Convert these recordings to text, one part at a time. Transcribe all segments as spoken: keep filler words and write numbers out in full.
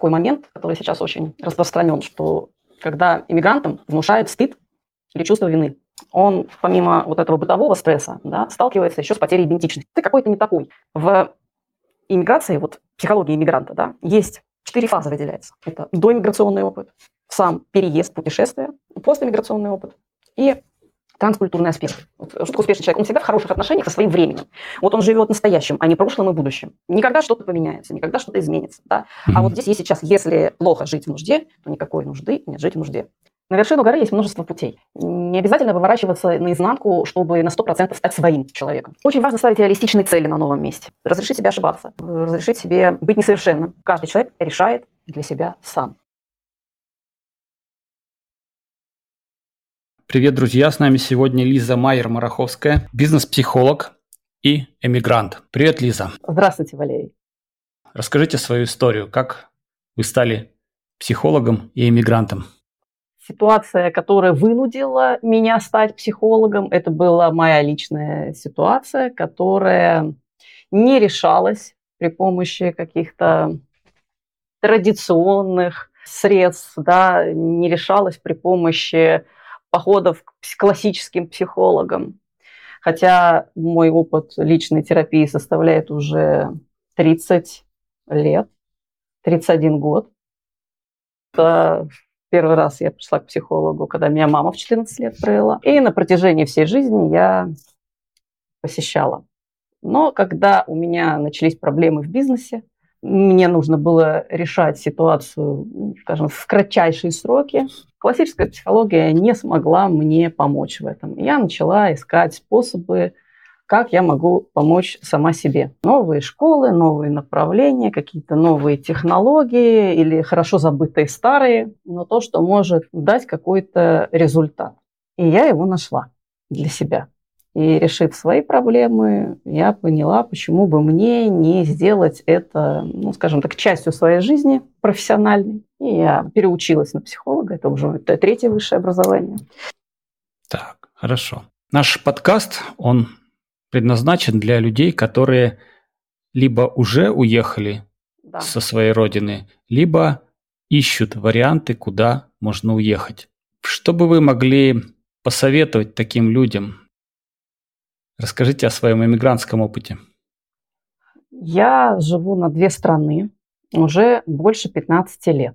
такой момент, который сейчас очень распространен, что когда иммигрантам внушают стыд или чувство вины, он помимо вот этого бытового стресса, да, сталкивается еще с потерей идентичности. Ты какой-то не такой. В иммиграции, вот психология иммигранта, да, есть четыре фазы выделяется. Это доиммиграционный опыт, сам переезд, путешествие, постиммиграционный опыт и транскультурный аспект. Вот, что такое успешный человек? Он всегда в хороших отношениях со своим временем. Вот он живет настоящим, а не прошлым и будущим. Никогда что-то поменяется, никогда что-то изменится. Да? Mm-hmm. А вот здесь и сейчас, если плохо жить в нужде, то никакой нужды нет жить в нужде. На вершину горы есть множество путей. Не обязательно выворачиваться наизнанку, чтобы на сто процентов стать своим человеком. Очень важно ставить реалистичные цели на новом месте. Разрешить себе ошибаться, разрешить себе быть несовершенным. Каждый человек решает для себя сам. Привет, друзья! С нами сегодня Лиза Майер-Мараховская, бизнес-психолог и эмигрант. Привет, Лиза! Здравствуйте, Валерий! Расскажите свою историю. Как вы стали психологом и эмигрантом? Ситуация, которая вынудила меня стать психологом, это была моя личная ситуация, которая не решалась при помощи каких-то традиционных средств, да, не решалась при помощи походов к классическим психологам. Хотя мой опыт личной терапии составляет уже тридцать лет, тридцать один год. Это первый раз я пришла к психологу, когда меня мама в четырнадцать лет провела. И на протяжении всей жизни я посещала. Но когда у меня начались проблемы в бизнесе, мне нужно было решать ситуацию, скажем, в кратчайшие сроки. Классическая психология не смогла мне помочь в этом. Я начала искать способы, как я могу помочь сама себе. Новые школы, новые направления, какие-то новые технологии или хорошо забытые старые, но то, что может дать какой-то результат. И я его нашла для себя. И решив свои проблемы, я поняла, почему бы мне не сделать это, ну, скажем так, частью своей жизни профессиональной. И я переучилась на психолога, это уже это третье высшее образование. Так, хорошо. Наш подкаст, он предназначен для людей, которые либо уже уехали да. со своей родины, либо ищут варианты, куда можно уехать. Что бы вы могли посоветовать таким людям? Расскажите о своем эмигрантском опыте. Я живу на две страны уже больше пятнадцати лет.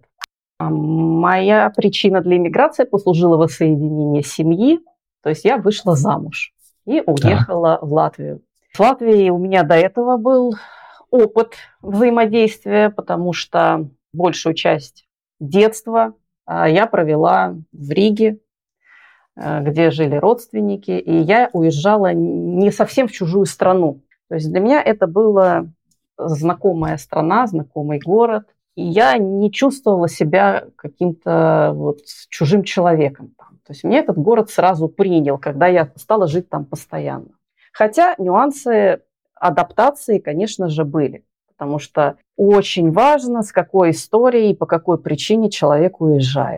Моя причина для эмиграции послужила воссоединение семьи, то есть я вышла замуж и уехала да. в Латвию. В Латвии у меня до этого был опыт взаимодействия, потому что большую часть детства я провела в Риге, где жили родственники, и я уезжала не совсем в чужую страну. То есть для меня это была знакомая страна, знакомый город, и я не чувствовала себя каким-то вот чужим человеком там. То есть меня этот город сразу принял, когда я стала жить там постоянно. Хотя нюансы адаптации, конечно же, были, потому что очень важно, с какой историей и по какой причине человек уезжает.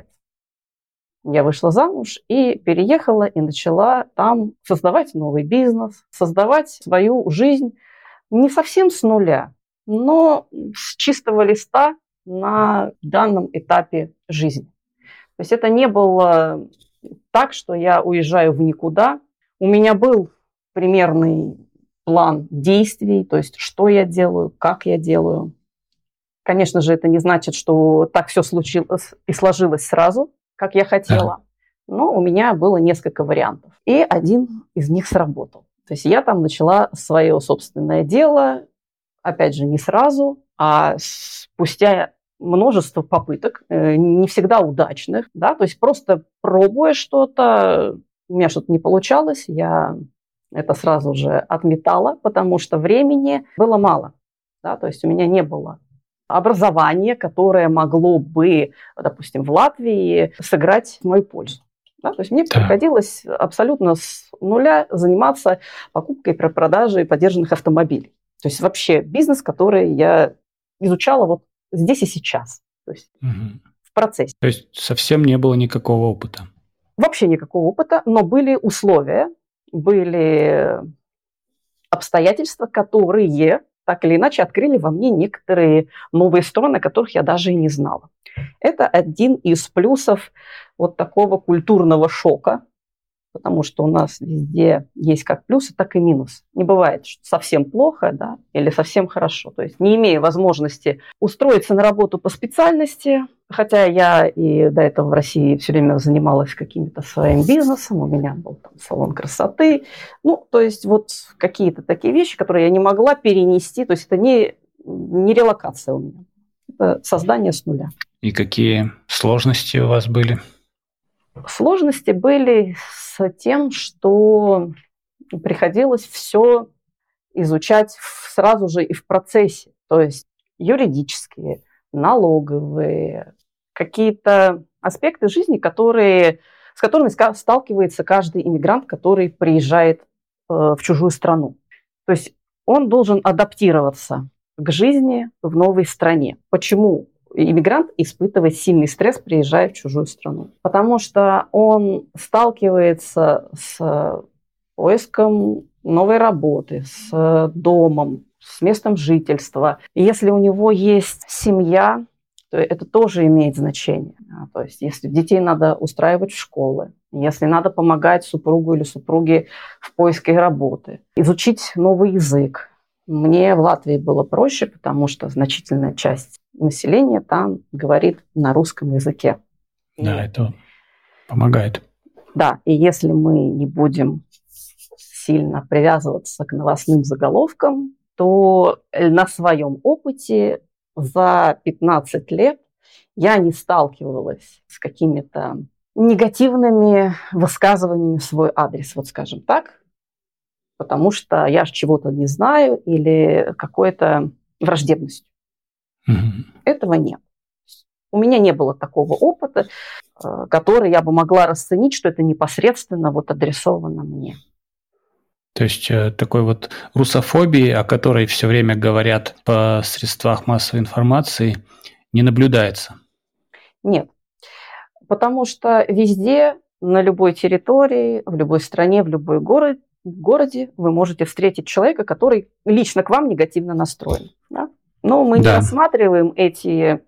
Я вышла замуж и переехала, и начала там создавать новый бизнес, создавать свою жизнь не совсем с нуля, но с чистого листа на данном этапе жизни. То есть это не было так, что я уезжаю в никуда. У меня был примерный план действий, то есть что я делаю, как я делаю. Конечно же, это не значит, что так все случилось и сложилось сразу, как я хотела. Но у меня было несколько вариантов. И один из них сработал. То есть я там начала свое собственное дело, опять же, не сразу, а спустя множество попыток, не всегда удачных, да, то есть просто пробуя что-то, у меня что-то не получалось, я это сразу же отметала, потому что времени было мало, да, то есть у меня не было образование, которое могло бы, допустим, в Латвии сыграть в мою пользу. Да? То есть мне да. приходилось абсолютно с нуля заниматься покупкой, продажей подержанных автомобилей. То есть вообще бизнес, который я изучала вот здесь и сейчас, то есть угу. в процессе. То есть совсем не было никакого опыта? Вообще никакого опыта, но были условия, были обстоятельства, которые так или иначе открыли во мне некоторые новые стороны, которых я даже и не знала. Это один из плюсов вот такого культурного шока, потому что у нас везде есть как плюсы, так и минусы. Не бывает, что совсем плохо, да, или совсем хорошо. То есть не имея возможности устроиться на работу по специальности, хотя я и до этого в России все время занималась каким-то своим бизнесом, у меня был там салон красоты, ну, то есть вот какие-то такие вещи, которые я не могла перенести, то есть это не, не релокация у меня, это создание с нуля. И какие сложности у вас были? Сложности были с тем, что приходилось все изучать сразу же и в процессе. То есть юридические, налоговые, какие-то аспекты жизни, которые, с которыми сталкивается каждый иммигрант, который приезжает э, в чужую страну. То есть он должен адаптироваться к жизни в новой стране. Почему иммигрант испытывает сильный стресс, приезжая в чужую страну? Потому что он сталкивается с поиском новой работы, с домом, с местом жительства. И если у него есть семья, то это тоже имеет значение. То есть если детей надо устраивать в школы, если надо помогать супругу или супруге в поиске работы, изучить новый язык. Мне в Латвии было проще, потому что значительная часть населения там говорит на русском языке. Да, и это помогает. Да, и если мы не будем сильно привязываться к новостным заголовкам, то на своем опыте за пятнадцать лет я не сталкивалась с какими-то негативными высказываниями в свой адрес, вот скажем так, потому что я ж чего-то не знаю или какой-то враждебностью. Mm-hmm. Этого нет. У меня не было такого опыта, который я бы могла расценить, что это непосредственно вот адресовано мне. То есть такой вот русофобии, о которой все время говорят по средствах массовой информации, не наблюдается? Нет, потому что везде, на любой территории, в любой стране, в любой город, в городе вы можете встретить человека, который лично к вам негативно настроен. Да? Но мы да. не рассматриваем эти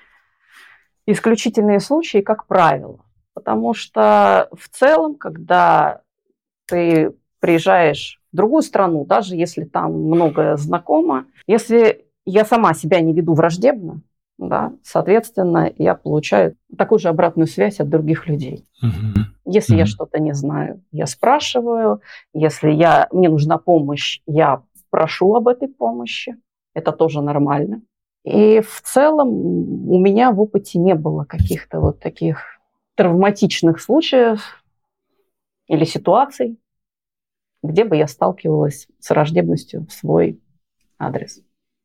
исключительные случаи как правило, потому что в целом, когда ты приезжаешь в другую страну, даже если там многое знакомо, если я сама себя не веду враждебно, да, соответственно, я получаю такую же обратную связь от других людей. Uh-huh. Если uh-huh. я что-то не знаю, я спрашиваю. Если я, мне нужна помощь, я прошу об этой помощи. Это тоже нормально. И в целом у меня в опыте не было каких-то вот таких травматичных случаев или ситуаций, где бы я сталкивалась с враждебностью в свой адрес.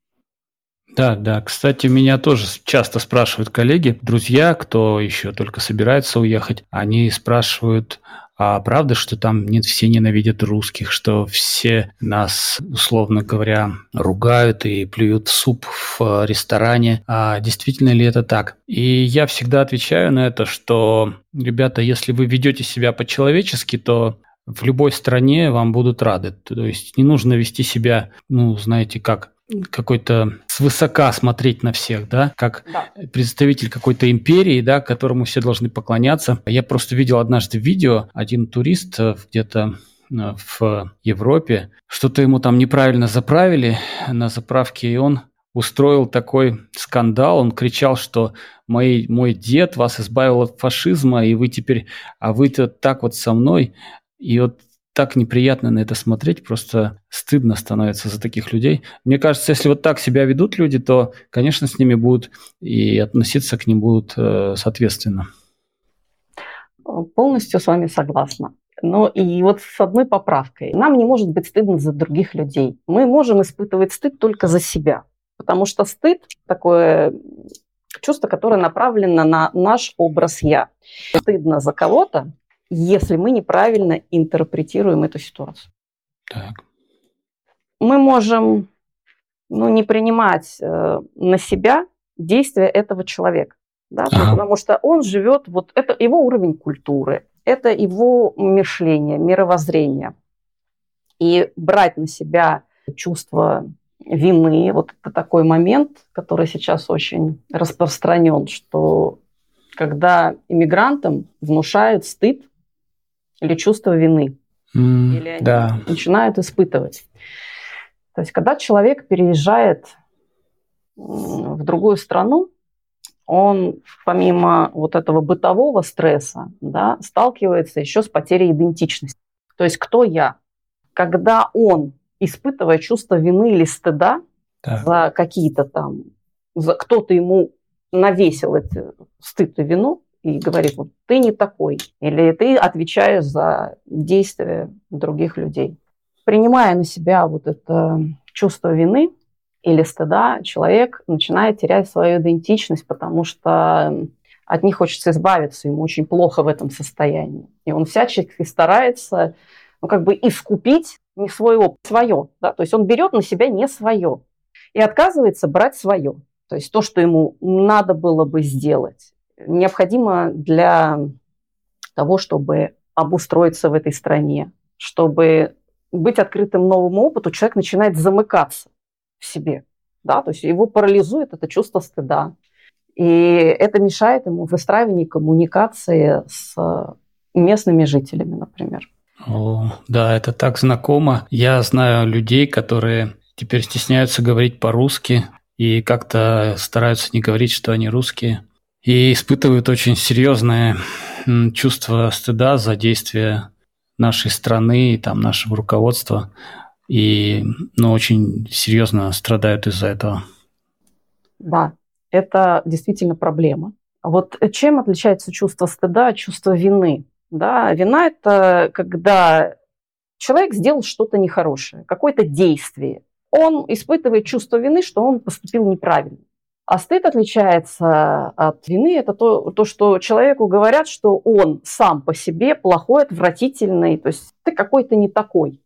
Да, да. Кстати, меня тоже часто спрашивают коллеги, друзья, кто еще только собирается уехать, они спрашивают, а правда, что там нет, все ненавидят русских, что все нас, условно говоря, ругают и плюют в суп в ресторане. А действительно ли это так? И я всегда отвечаю на это, что, ребята, если вы ведете себя по-человечески, то в любой стране вам будут рады. То есть не нужно вести себя, ну, знаете, как какой-то свысока смотреть на всех, да, как да. представитель какой-то империи, да, которому все должны поклоняться. Я просто видел однажды видео, один турист где-то в Европе, что-то ему там неправильно заправили на заправке, и он устроил такой скандал, он кричал, что мой, мой дед вас избавил от фашизма, и вы теперь, а вы-то так вот со мной, и вот так неприятно на это смотреть, просто стыдно становится за таких людей. Мне кажется, если вот так себя ведут люди, то, конечно, с ними будут и относиться к ним будут э, соответственно. Полностью с вами согласна. Но и вот с одной поправкой. Нам не может быть стыдно за других людей. Мы можем испытывать стыд только за себя. Потому что стыд – такое чувство, которое направлено на наш образ «я». Стыдно за кого-то, если мы неправильно интерпретируем эту ситуацию. Так. Мы можем ну, не принимать э, на себя действия этого человека, да? Ага. Потому что он живет, вот это его уровень культуры, это его мышление, мировоззрение. И брать на себя чувство вины. Вот это такой момент, который сейчас очень распространен, что когда иммигрантам внушают стыд или чувство вины, mm, или они да. начинают испытывать. То есть когда человек переезжает в другую страну, он помимо вот этого бытового стресса, да, сталкивается еще с потерей идентичности. То есть кто я? Когда он, испытывая чувство вины или стыда так. за какие-то там, за кто-то ему навесил эти стыд и вину и говорит, вот ты не такой, или ты отвечаешь за действия других людей. Принимая на себя вот это чувство вины или стыда, человек начинает терять свою идентичность, потому что от них хочется избавиться, ему очень плохо в этом состоянии. И он всячески старается, ну, как бы искупить не свой опыт, свое. Да? То есть он берет на себя не свое и отказывается брать свое. То есть то, что ему надо было бы сделать, необходимо для того, чтобы обустроиться в этой стране, чтобы быть открытым новому опыту, человек начинает замыкаться в себе. Да? То есть его парализует это чувство стыда. И это мешает ему в выстраивании коммуникации с местными жителями, например. О, да, это так знакомо. Я знаю людей, которые теперь стесняются говорить по-русски и как-то стараются не говорить, что они русские. И испытывают очень серьезное чувство стыда за действия нашей страны и там, нашего руководства. И ну, очень серьезно страдают из-за этого. Да, это действительно проблема. Вот чем отличается чувство стыда от чувства вины? Да, вина – это когда человек сделал что-то нехорошее, какое-то действие. Он испытывает чувство вины, что он поступил неправильно. А стыд отличается от вины. Это то, то, что человеку говорят, что он сам по себе плохой, отвратительный, то есть ты какой-то не такой.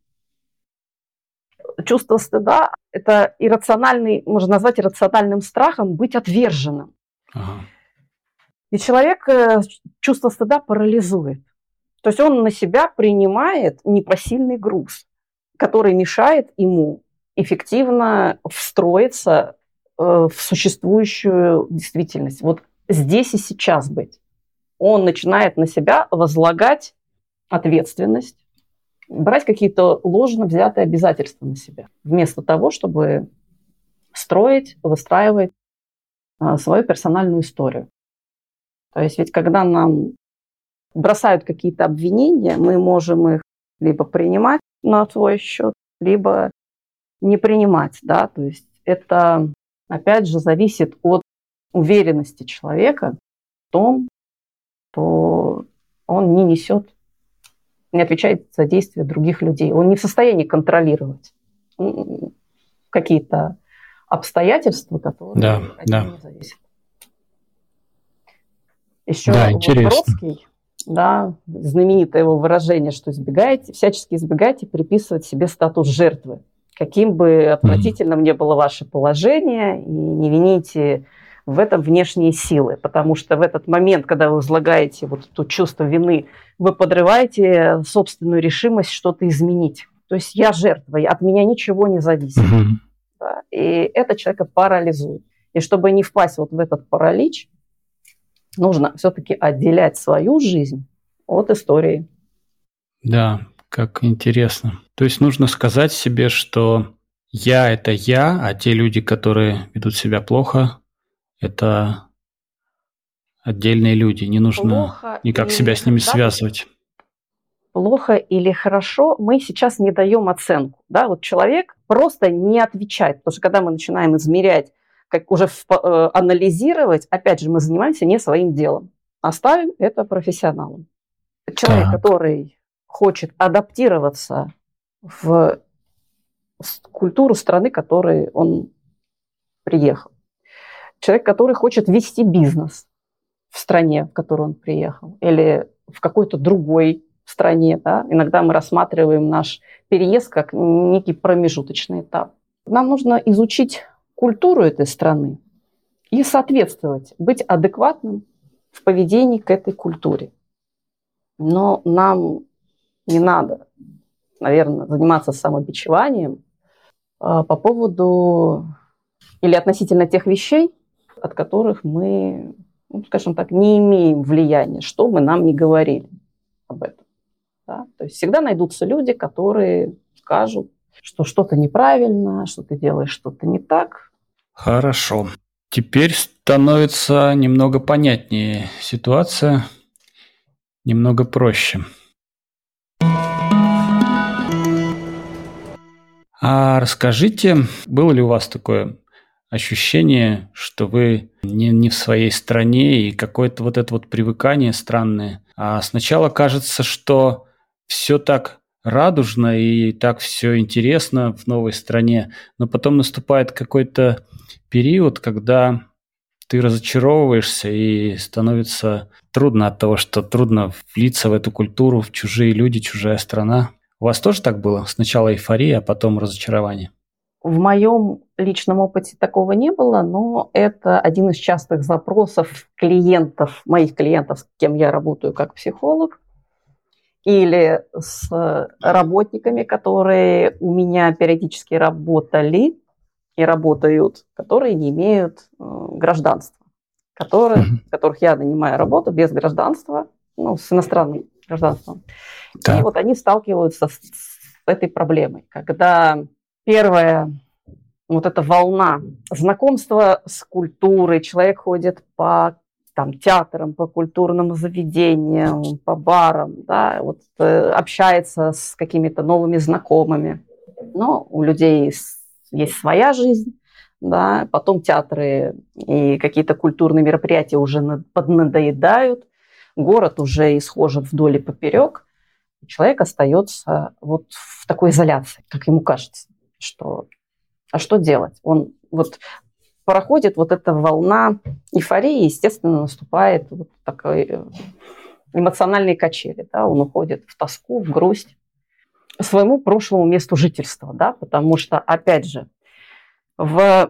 Чувство стыда – это иррациональный, можно назвать иррациональным страхом быть отверженным. Ага. И человек чувство стыда парализует. То есть он на себя принимает непосильный груз, который мешает ему эффективно встроиться в существующую действительность. Вот здесь и сейчас быть. Он начинает на себя возлагать ответственность, брать какие-то ложно взятые обязательства на себя, вместо того, чтобы строить, выстраивать свою персональную историю. То есть ведь когда нам бросают какие-то обвинения, мы можем их либо принимать на свой счет, либо не принимать. Да? То есть это, опять же, зависит от уверенности человека в том, что он не несет, не отвечает за действия других людей. Он не в состоянии контролировать какие-то обстоятельства, которые да, от да. него не зависят. Еще да, вот Бродский, да, знаменитое его выражение, что избегайте, всячески избегайте приписывать себе статус жертвы. Каким бы отвратительным mm-hmm. ни было ваше положение, и не вините в этом внешние силы, потому что в этот момент, когда вы возлагаете вот это чувство вины, вы подрываете собственную решимость что-то изменить. То есть я жертва, от меня ничего не зависит. Mm-hmm. Да, и это человека парализует. И чтобы не впасть вот в этот паралич, нужно все-таки отделять свою жизнь от истории. Да, как интересно. То есть нужно сказать себе, что я – это я, а те люди, которые ведут себя плохо, это отдельные люди. Не нужно плохо никак себя с ними связывать. Плохо или хорошо, мы сейчас не даем оценку. Да? Вот человек просто не отвечает. Потому что когда мы начинаем измерять, как уже в, анализировать, опять же, мы занимаемся не своим делом. Оставим это профессионалам. Человек, так. который хочет адаптироваться в культуру страны, в которой он приехал. Человек, который хочет вести бизнес в стране, в которую он приехал, или в какой-то другой стране. Да? Иногда мы рассматриваем наш переезд как некий промежуточный этап. Нам нужно изучить культуру этой страны и соответствовать, быть адекватным в поведении к этой культуре. Но нам не надо, наверное, заниматься самобичеванием по поводу или относительно тех вещей, от которых мы, ну, скажем так, не имеем влияния, что бы нам ни говорили об этом. Да? То есть всегда найдутся люди, которые скажут, что что-то неправильно, что ты делаешь что-то не так. Хорошо. Теперь становится немного понятнее ситуация, немного проще. А расскажите, было ли у вас такое ощущение, что вы не, не в своей стране и какое-то вот это вот привыкание странное? А сначала кажется, что все так радужно и так все интересно в новой стране, но потом наступает какой-то период, когда ты разочаровываешься и становится трудно от того, что трудно влиться в эту культуру, в чужие люди, чужая страна. У вас тоже так было? Сначала эйфория, а потом разочарование? В моем личном опыте такого не было, но это один из частых запросов клиентов, моих клиентов, с кем я работаю как психолог, или с работниками, которые у меня периодически работали и работают, которые не имеют гражданства, которые, mm-hmm. которых я нанимаю работу без гражданства, ну, с иностранным гражданством. Так. И вот они сталкиваются с, с этой проблемой, когда первая вот эта волна знакомства с культурой, человек ходит по там, театрам, по культурным заведениям, по барам, да, вот, э, общается с какими-то новыми знакомыми. Но у людей есть своя жизнь, да, потом театры и какие-то культурные мероприятия уже поднадоедают, город уже исхожен вдоль и поперек, и человек остается вот в такой изоляции, как ему кажется, что а что делать? Он вот проходит вот эта волна эйфории, естественно, наступает вот такой эмоциональные качели, да, он уходит в тоску, в грусть, своему прошлому месту жительства, да, потому что, опять же, в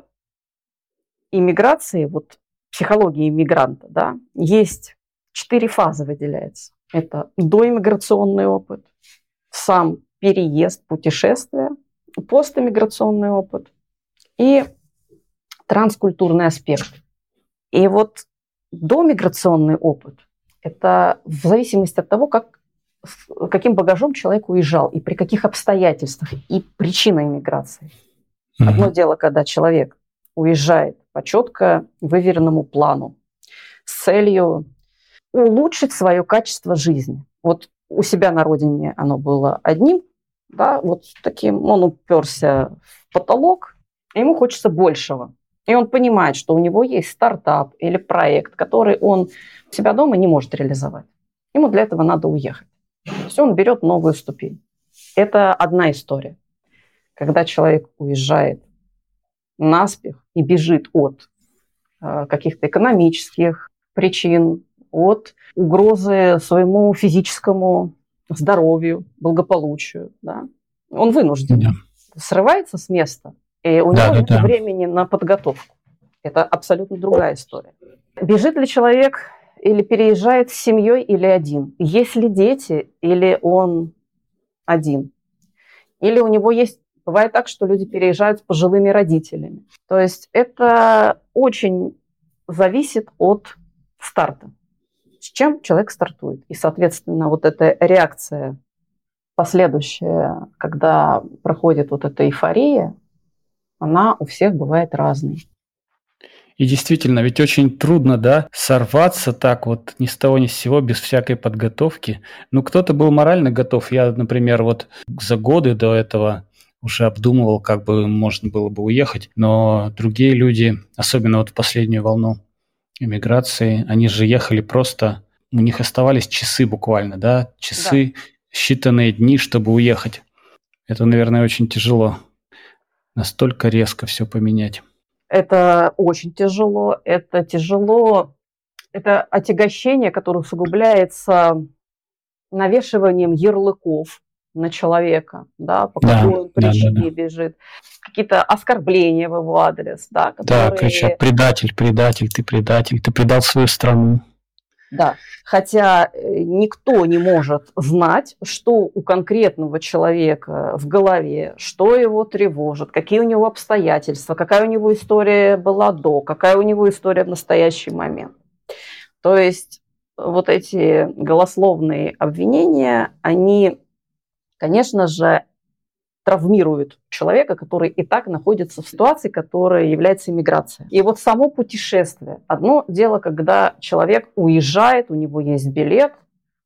иммиграции, вот психологии иммигранта, да, есть четыре фазы выделяется. Это доиммиграционный опыт, сам переезд, путешествие, постиммиграционный опыт и транскультурный аспект. И вот домиграционный опыт – это в зависимости от того, как, каким багажом человек уезжал и при каких обстоятельствах, и причина иммиграции. Mm-hmm. Одно дело, когда человек уезжает по четко выверенному плану с целью улучшить свое качество жизни. Вот у себя на родине оно было одним, да, вот таким, он уперся в потолок, ему хочется большего. И он понимает, что у него есть стартап или проект, который он у себя дома не может реализовать. Ему для этого надо уехать. То есть он берет новую ступень. Это одна история. Когда человек уезжает наспех и бежит от э, каких-то экономических причин, от угрозы своему физическому здоровью, благополучию. Да? Он вынужден. Да. Срывается с места, и у да, него да, нет да. времени на подготовку. Это абсолютно другая история. Бежит ли человек или переезжает с семьей или один? Есть ли дети или он один? Или у него есть... Бывает так, что люди переезжают с пожилыми родителями. То есть это очень зависит от старта. С чем человек стартует. И, соответственно, вот эта реакция последующая, когда проходит вот эта эйфория, она у всех бывает разной. И действительно, ведь очень трудно, да, сорваться так вот ни с того ни с сего, без всякой подготовки. Ну, кто-то был морально готов. Я, например, вот за годы до этого уже обдумывал, как бы можно было бы уехать. Но другие люди, особенно вот в последнюю волну эмиграции, они же ехали просто... У них оставались часы буквально, да? Часы, да. Считанные дни, чтобы уехать. Это, наверное, очень тяжело. Настолько резко все поменять. Это очень тяжело. Это тяжело. Это отягощение, которое усугубляется навешиванием ярлыков на человека, да, по какой да, он причине да, да, да. бежит. Какие-то оскорбления в его адрес. Да, которые... да, кричат: предатель, предатель, ты предатель, ты предал свою страну. Да, хотя никто не может знать, что у конкретного человека в голове, что его тревожит, какие у него обстоятельства, какая у него история была до, какая у него история в настоящий момент. То есть вот эти голословные обвинения, они, конечно же, травмируют человека, который и так находится в ситуации, которая является иммиграцией. И вот само путешествие. Одно дело, когда человек уезжает, у него есть билет,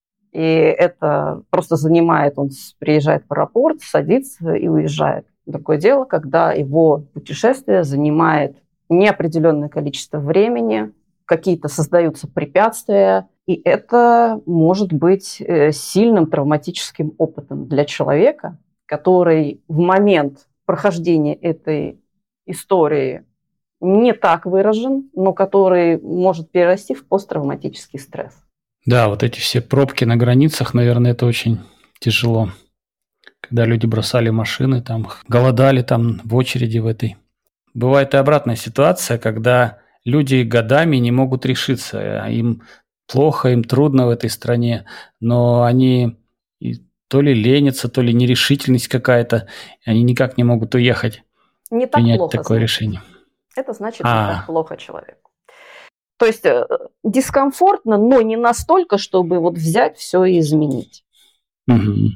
и это просто занимает, он приезжает в аэропорт, садится и уезжает. Другое дело, когда его путешествие занимает неопределенное количество времени, какие-то создаются препятствия, и это может быть сильным травматическим опытом для человека, который в момент прохождения этой истории не так выражен, но который может перерасти в посттравматический стресс. Да, вот эти все пробки на границах, наверное, это очень тяжело. Когда люди бросали машины, там, голодали там в очереди в этой. Бывает и обратная ситуация, когда люди годами не могут решиться. Им плохо, им трудно в этой стране, но они то ли ленятся, то ли нерешительность какая-то, они никак не могут уехать. Не так принять плохо, такое значит. решение. Это значит, А. не так плохо человеку. То есть э, дискомфортно, но не настолько, чтобы вот взять все и изменить. Угу.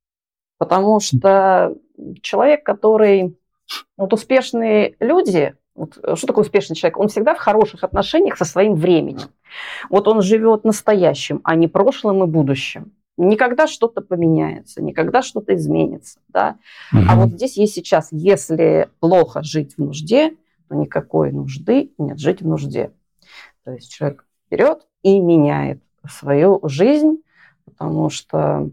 Потому что человек, который... Вот успешные люди, вот, что такое успешный человек? Он всегда в хороших отношениях со своим временем. Вот он живет настоящим, а не прошлым и будущим. Никогда что-то поменяется, никогда что-то изменится. Да? Угу. А вот здесь есть сейчас, если плохо жить в нужде, то никакой нужды нет жить в нужде. То есть человек берет и меняет свою жизнь, потому что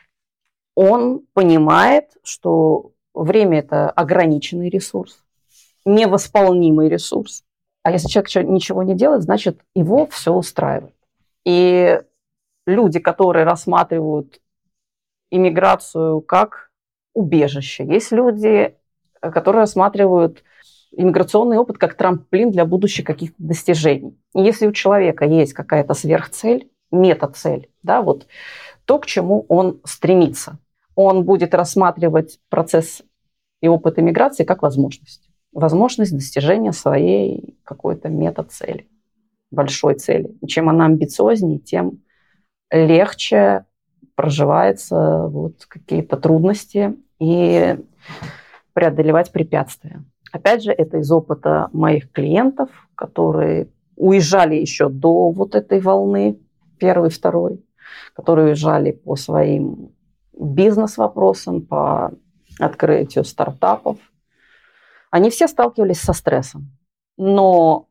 он понимает, что время – это ограниченный ресурс, невосполнимый ресурс. А если человек ничего не делает, значит, его все устраивает. И люди, которые рассматривают иммиграцию как убежище. Есть люди, которые рассматривают иммиграционный опыт как трамплин для будущих каких-то достижений. И если у человека есть какая-то сверхцель, метацель, да, вот то, к чему он стремится, он будет рассматривать процесс и опыт иммиграции как возможность. Возможность достижения своей какой-то метацели, большой цели. И чем она амбициознее, тем легче проживается вот какие-то трудности и преодолевать препятствия. Опять же, это из опыта моих клиентов, которые уезжали еще до вот этой волны, первой, второй, которые уезжали по своим бизнес-вопросам, по открытию стартапов. Они все сталкивались со стрессом. Но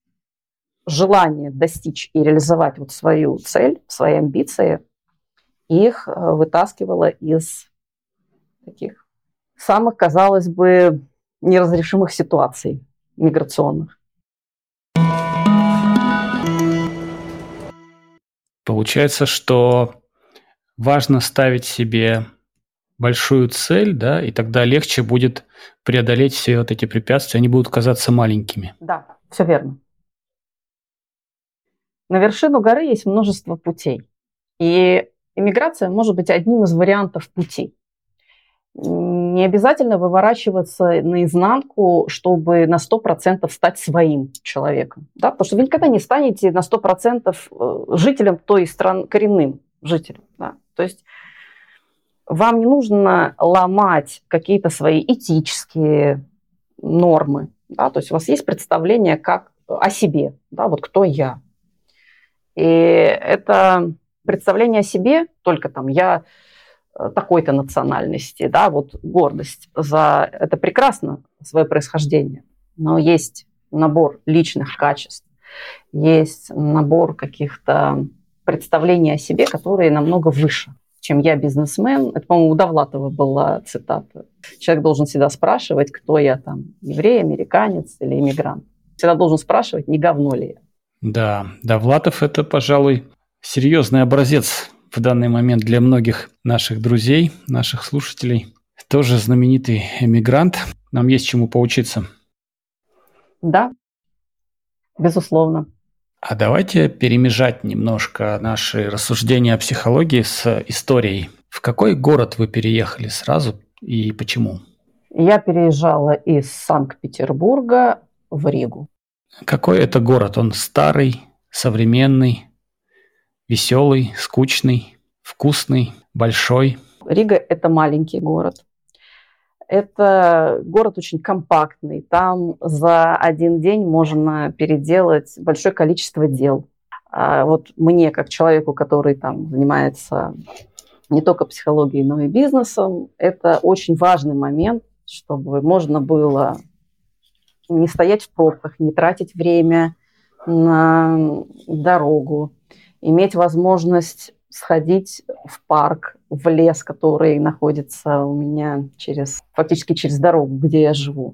желание достичь и реализовать вот свою цель, свои амбиции, их вытаскивало из таких самых, казалось бы, неразрешимых ситуаций миграционных. Получается, что важно ставить себе большую цель, да, и тогда легче будет преодолеть все вот эти препятствия, они будут казаться маленькими. Да, все верно. На вершину горы есть множество путей. И иммиграция может быть одним из вариантов пути. Не обязательно выворачиваться наизнанку, чтобы на сто процентов стать своим человеком. Да? Потому что вы никогда не станете на сто процентов жителем той страны, коренным жителем. Да? То есть вам не нужно ломать какие-то свои этические нормы. Да? То есть у вас есть представление как о себе, да? Вот кто я. И это представление о себе, только там я такой-то национальности, да, вот гордость за это прекрасно, свое происхождение, но есть набор личных качеств, есть набор каких-то представлений о себе, которые намного выше, чем я бизнесмен. Это, по-моему, у Довлатова была цитата. Человек должен всегда спрашивать, кто я там, еврей, американец или иммигрант. Всегда должен спрашивать, не говно ли я. Да, Довлатов – это, пожалуй, серьезный образец в данный момент для многих наших друзей, наших слушателей. Тоже знаменитый эмигрант. Нам есть чему поучиться. Да, безусловно. А давайте перемежать немножко наши рассуждения о психологии с историей. В какой город вы переехали сразу и почему? Я переезжала из Санкт-Петербурга в Ригу. Какой это город? Он старый, современный, веселый, скучный, вкусный, большой? Рига – это маленький город. Это город очень компактный. Там за один день можно переделать большое количество дел. А вот мне, как человеку, который там занимается не только психологией, но и бизнесом, это очень важный момент, чтобы можно было не стоять в пробках, не тратить время на дорогу, иметь возможность сходить в парк, в лес, который находится у меня через, фактически через дорогу, где я живу.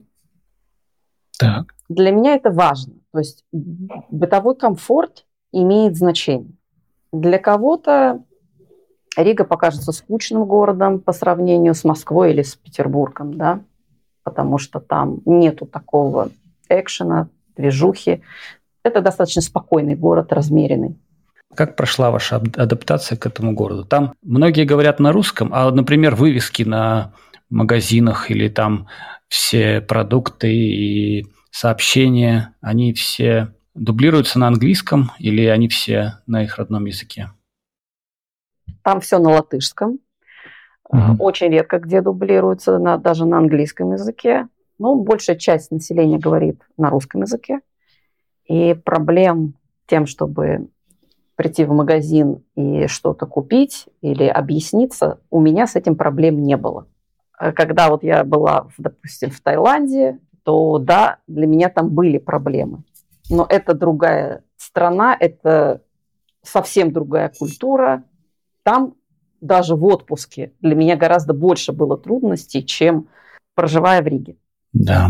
Так. Для меня это важно. То есть бытовой комфорт имеет значение. Для кого-то Рига покажется скучным городом по сравнению с Москвой или с Петербургом, да, потому что там нету такого экшена, движухи. Это достаточно спокойный город, размеренный. Как прошла ваша адаптация к этому городу? Там многие говорят на русском, а, например, вывески на магазинах или там все продукты и сообщения, они все дублируются на английском или они все на их родном языке? Там все на латышском. Mm-hmm. Очень редко где дублируется, на, даже на английском языке. Но большая часть населения говорит на русском языке. И проблем тем, чтобы прийти в магазин и что-то купить или объясниться, у меня с этим проблем не было. Когда вот я была, допустим, в Таиланде, то да, для меня там были проблемы. Но это другая страна, это совсем другая культура. Там даже в отпуске для меня гораздо больше было трудностей, чем проживая в Риге. Да.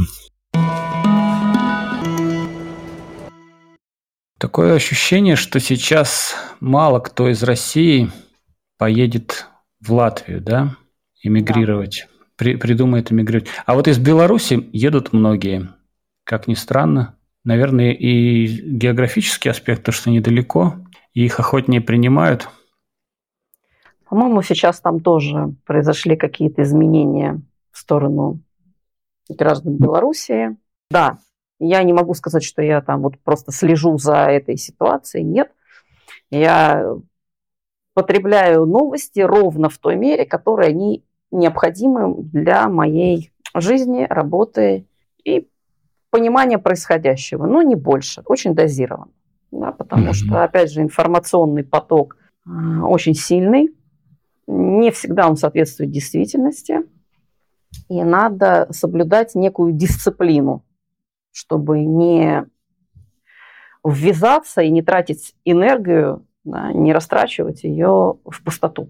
Такое ощущение, что сейчас мало кто из России поедет в Латвию, да, эмигрировать, да. При, придумает эмигрировать. А вот из Беларуси едут многие, как ни странно. Наверное, и географический аспект, то, что недалеко, и их охотнее принимают. По-моему, сейчас там тоже произошли какие-то изменения в сторону граждан Белоруссии. Да, я не могу сказать, что я там вот просто слежу за этой ситуацией. Нет, я потребляю новости ровно в той мере, которой они необходимы для моей жизни, работы и понимания происходящего. Но не больше, очень дозированно. Да, потому mm-hmm. что, опять же, информационный поток э, очень сильный. Не всегда он соответствует действительности. И надо соблюдать некую дисциплину, чтобы не ввязаться и не тратить энергию, да, не растрачивать ее в пустоту.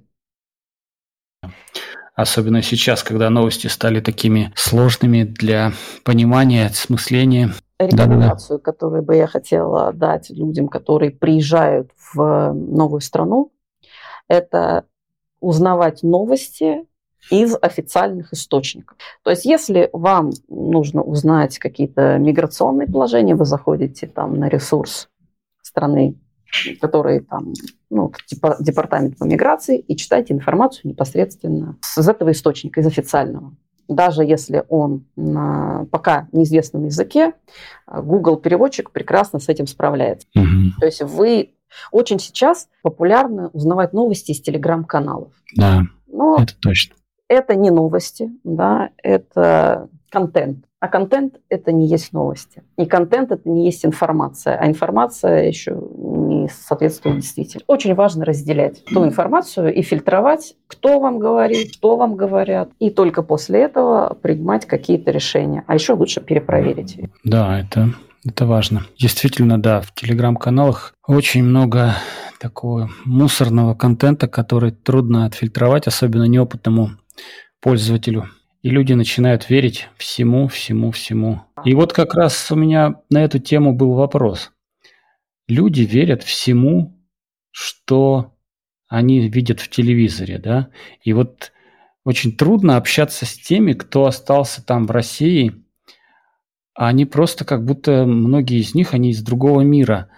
Особенно сейчас, когда новости стали такими сложными для понимания, осмысления. Рекомендацию, да-да-да. которую бы я хотела дать людям, которые приезжают в новую страну, это узнавать новости из официальных источников. То есть, если вам нужно узнать какие-то миграционные положения, вы заходите там на ресурс страны, который там, ну, департамент по миграции, и читайте информацию непосредственно из этого источника, из официального. Даже если он на пока неизвестном языке, Google переводчик прекрасно с этим справляется. Угу. То есть вы очень сейчас популярно узнавать новости из телеграм-каналов. Да, но это точно. Это не новости, да, это контент. А контент – это не есть новости. И контент – это не есть информация. А информация еще не соответствует действительности. Очень важно разделять ту информацию и фильтровать, кто вам говорит, что вам говорят. И только после этого принимать какие-то решения. А еще лучше перепроверить. Да, это, это важно. Действительно, да, в телеграм-каналах очень много такого мусорного контента, который трудно отфильтровать, особенно неопытному пользователю. И люди начинают верить всему, всему, всему. И вот как раз у меня на эту тему был вопрос. Люди верят всему, что они видят в телевизоре, да? И вот очень трудно общаться с теми, кто остался там в России. Они просто как будто, многие из них, они из другого мира.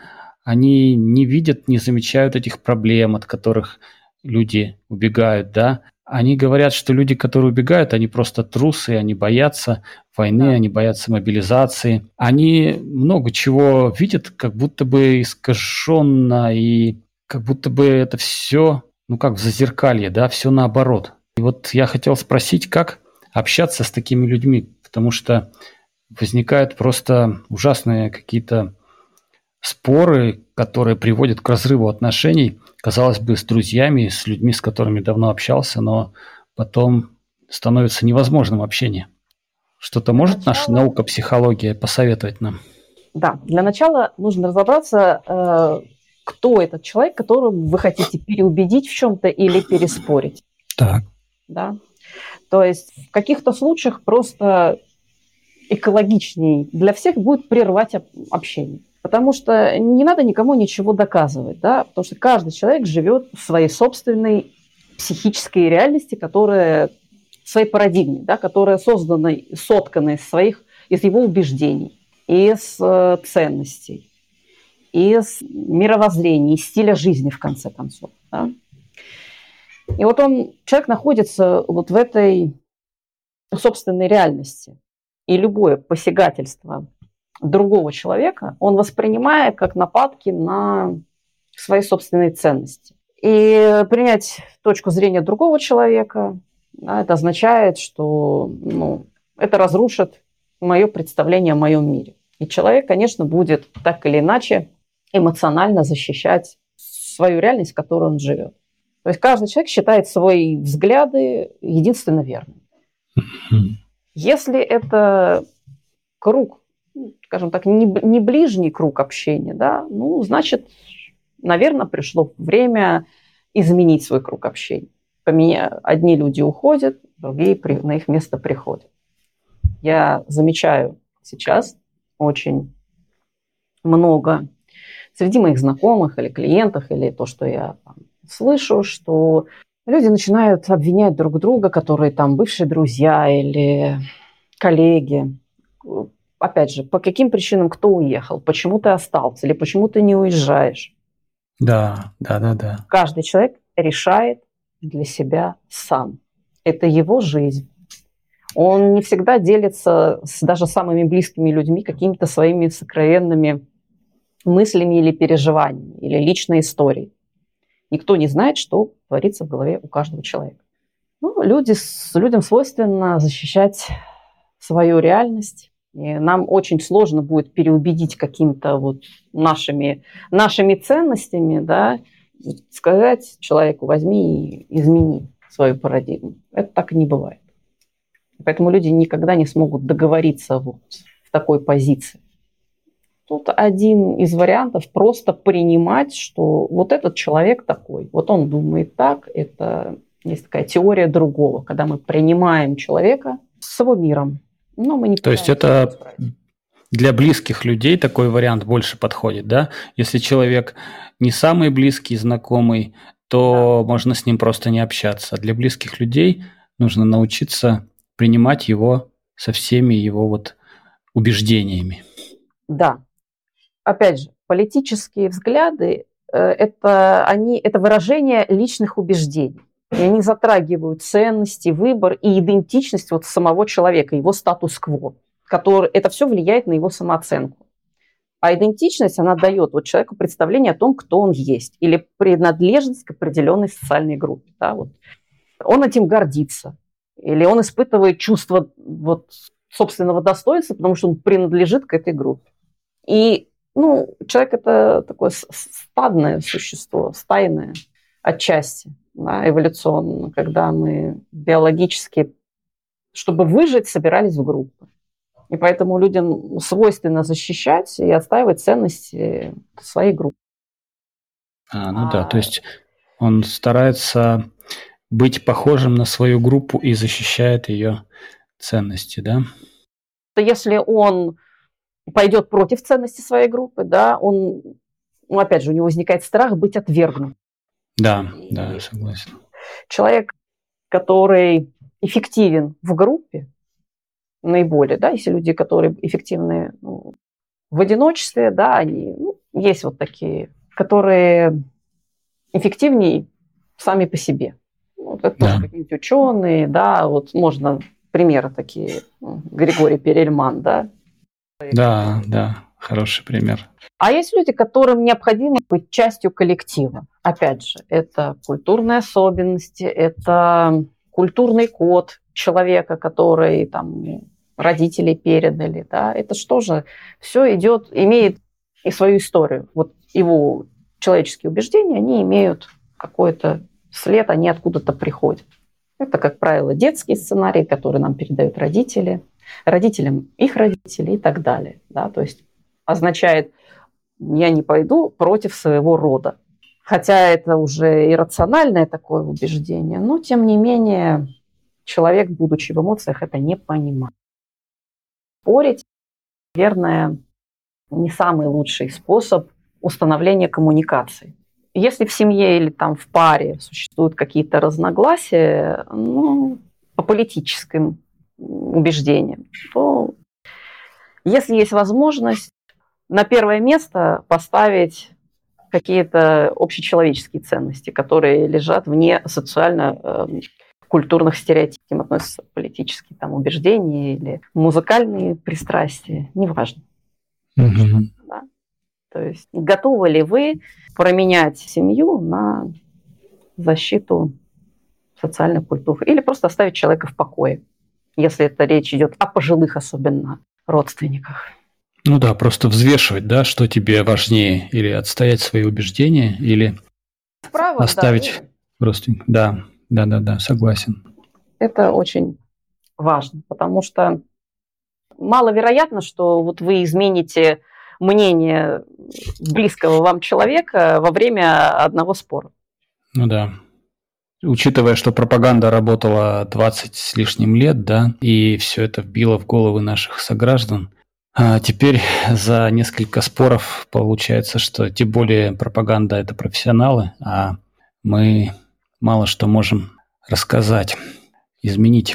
они не видят, не замечают этих проблем, от которых люди убегают, да. Они говорят, что люди, которые убегают, они просто трусы, они боятся войны, да. Они боятся мобилизации. Они много чего видят, как будто бы искаженно, и как будто бы это все, ну как в зазеркалье, да, все наоборот. И вот я хотел спросить, как общаться с такими людьми, потому что возникают просто ужасные какие-то споры, которые приводят к разрыву отношений, казалось бы, с друзьями, с людьми, с которыми давно общался, но потом становится невозможным общение. Что-то для может начала... наша наука, психология посоветовать нам? Да, для начала нужно разобраться, кто этот человек, которого вы хотите переубедить в чем-то или переспорить. Так. Да? То есть в каких-то случаях просто экологичней для всех будет прервать общение. Потому что не надо никому ничего доказывать, да? Потому что каждый человек живет в своей собственной психической реальности, которая в своей парадигме, да? Которая создана, соткана из, своих, из его убеждений, из э, ценностей, из мировоззрения, из стиля жизни, в конце концов. Да? И вот он, человек находится вот в этой собственной реальности. И любое посягательство другого человека он воспринимает как нападки на свои собственные ценности. И принять точку зрения другого человека, да, это означает, что ну, это разрушит мое представление о моем мире. И человек, конечно, будет так или иначе эмоционально защищать свою реальность, в которой он живет. То есть каждый человек считает свои взгляды единственно верными. Если это круг, скажем так, не, не ближний круг общения, да, ну, значит, наверное, пришло время изменить свой круг общения. Поменя... Одни люди уходят, другие при... на их место приходят. Я замечаю сейчас очень много среди моих знакомых или клиентов, или то, что я там слышу, что люди начинают обвинять друг друга, которые там бывшие друзья или коллеги. Опять же, по каким причинам кто уехал, почему ты остался или почему ты не уезжаешь. Да, да, да, да. Каждый человек решает для себя сам. Это его жизнь. Он не всегда делится с даже самыми близкими людьми какими-то своими сокровенными мыслями или переживаниями, или личной историей. Никто не знает, что творится в голове у каждого человека. Ну, люди, людям свойственно защищать свою реальность. И нам очень сложно будет переубедить какими-то вот нашими, нашими ценностями, да, сказать человеку: возьми и измени свою парадигму. Это так и не бывает. Поэтому люди никогда не смогут договориться вот в такой позиции. Тут один из вариантов просто принимать, что вот этот человек такой, вот он думает так, это есть такая теория другого, когда мы принимаем человека с его миром. Но мы не То есть это для близких людей такой вариант больше подходит, да? Если человек не самый близкий, знакомый, то да. можно с ним просто не общаться. А для близких людей нужно научиться принимать его со всеми его вот убеждениями. Да. Опять же, политические взгляды это, они, это выражение личных убеждений. И они затрагивают ценности, выбор и идентичность вот самого человека, его статус-кво. Который, это все влияет на его самооценку. А идентичность, она дает вот человеку представление о том, кто он есть. Или принадлежность к определенной социальной группе. Да, вот. Он этим гордится. Или он испытывает чувство вот, собственного достоинства, потому что он принадлежит к этой группе. И ну, человек – это такое стадное существо, стайное отчасти, да, эволюционно, когда мы биологически, чтобы выжить, собирались в группы. И поэтому людям свойственно защищать и отстаивать ценности своей группы. А, ну а... да, то есть он старается быть похожим на свою группу и защищает ее ценности, да? Если он пойдет против ценностей своей группы, да, он, ну, опять же, у него возникает страх быть отвергнутым. Да, и да, я согласен. Человек, который эффективен в группе, наиболее, да, если люди, которые эффективны ну, в одиночестве, да, они ну, есть вот такие, которые эффективнее сами по себе. Вот это да. Тоже какие-нибудь ученые, да, вот можно примеры такие. Григорий Перельман, да. Да, да, хороший пример. А есть люди, которым необходимо быть частью коллектива. Опять же, это культурные особенности, это культурный код человека, который там родители передали, да. Это что же? Все идет, имеет и свою историю. Вот его человеческие убеждения, они имеют какой-то след, они откуда-то приходят. Это, как правило, детский сценарий, который нам передают родители, родителям их родителей и так далее. Да? То есть означает, я не пойду против своего рода. Хотя это уже иррациональное такое убеждение, но тем не менее человек, будучи в эмоциях, это не понимает. Спорить, наверное, не самый лучший способ установления коммуникации. Если в семье или там в паре существуют какие-то разногласия, ну, по политическим убеждениям, то если есть возможность на первое место поставить какие-то общечеловеческие ценности, которые лежат вне социально-культурных стереотипов, к ним относятся политические там, убеждения или музыкальные пристрастия, неважно. Mm-hmm. Да? То есть готовы ли вы променять семью на защиту социальной культуры или просто оставить человека в покое, если это речь идет о пожилых особенно родственниках? Ну да, просто взвешивать, да, что тебе важнее, или отстоять свои убеждения, или Справа, оставить да. родственников. Да, да, да, да, согласен. Это очень важно, потому что маловероятно, что вот вы измените мнение близкого вам человека во время одного спора. Ну да. Учитывая, что пропаганда работала двадцать с лишним лет, да, и все это вбило в головы наших сограждан, а теперь за несколько споров получается, что тем более пропаганда – это профессионалы, а мы мало что можем рассказать, изменить.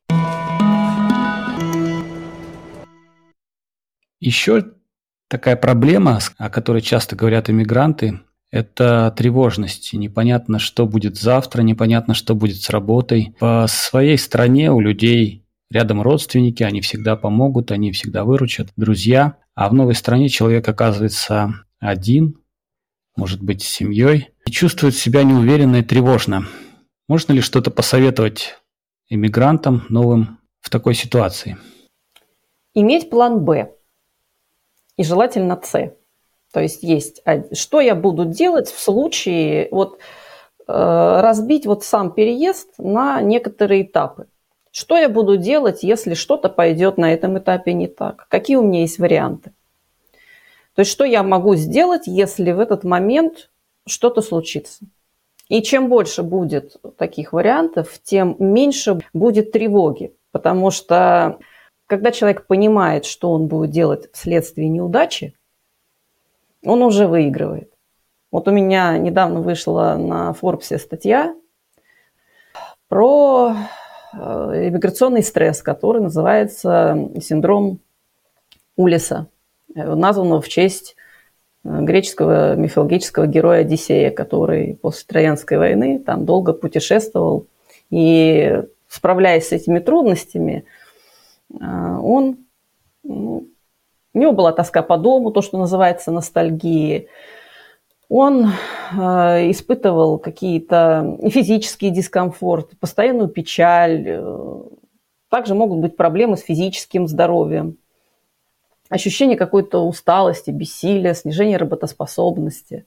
Еще такая проблема, о которой часто говорят иммигранты, это тревожность. Непонятно, что будет завтра, непонятно, что будет с работой. По своей стране у людей рядом родственники, они всегда помогут, они всегда выручат, друзья. А в новой стране человек оказывается один, может быть, с семьей, и чувствует себя неуверенно и тревожно. Можно ли что-то посоветовать иммигрантам новым в такой ситуации? Иметь план «Б» и желательно «С». То есть есть, что я буду делать в случае, вот разбить вот сам переезд на некоторые этапы. Что я буду делать, если что-то пойдет на этом этапе не так? Какие у меня есть варианты? То есть что я могу сделать, если в этот момент что-то случится? И чем больше будет таких вариантов, тем меньше будет тревоги. Потому что когда человек понимает, что он будет делать вследствие неудачи, он уже выигрывает. Вот у меня недавно вышла на Forbes статья про иммиграционный стресс, который называется синдром Улисса, названного в честь греческого мифологического героя Одиссея, который после Троянской войны там долго путешествовал. И справляясь с этими трудностями, он, ну, у него была тоска по дому, то, что называется ностальгией. Он э, испытывал какие-то физические дискомфорты, постоянную печаль. Также могут быть проблемы с физическим здоровьем. Ощущение какой-то усталости, бессилия, снижение работоспособности.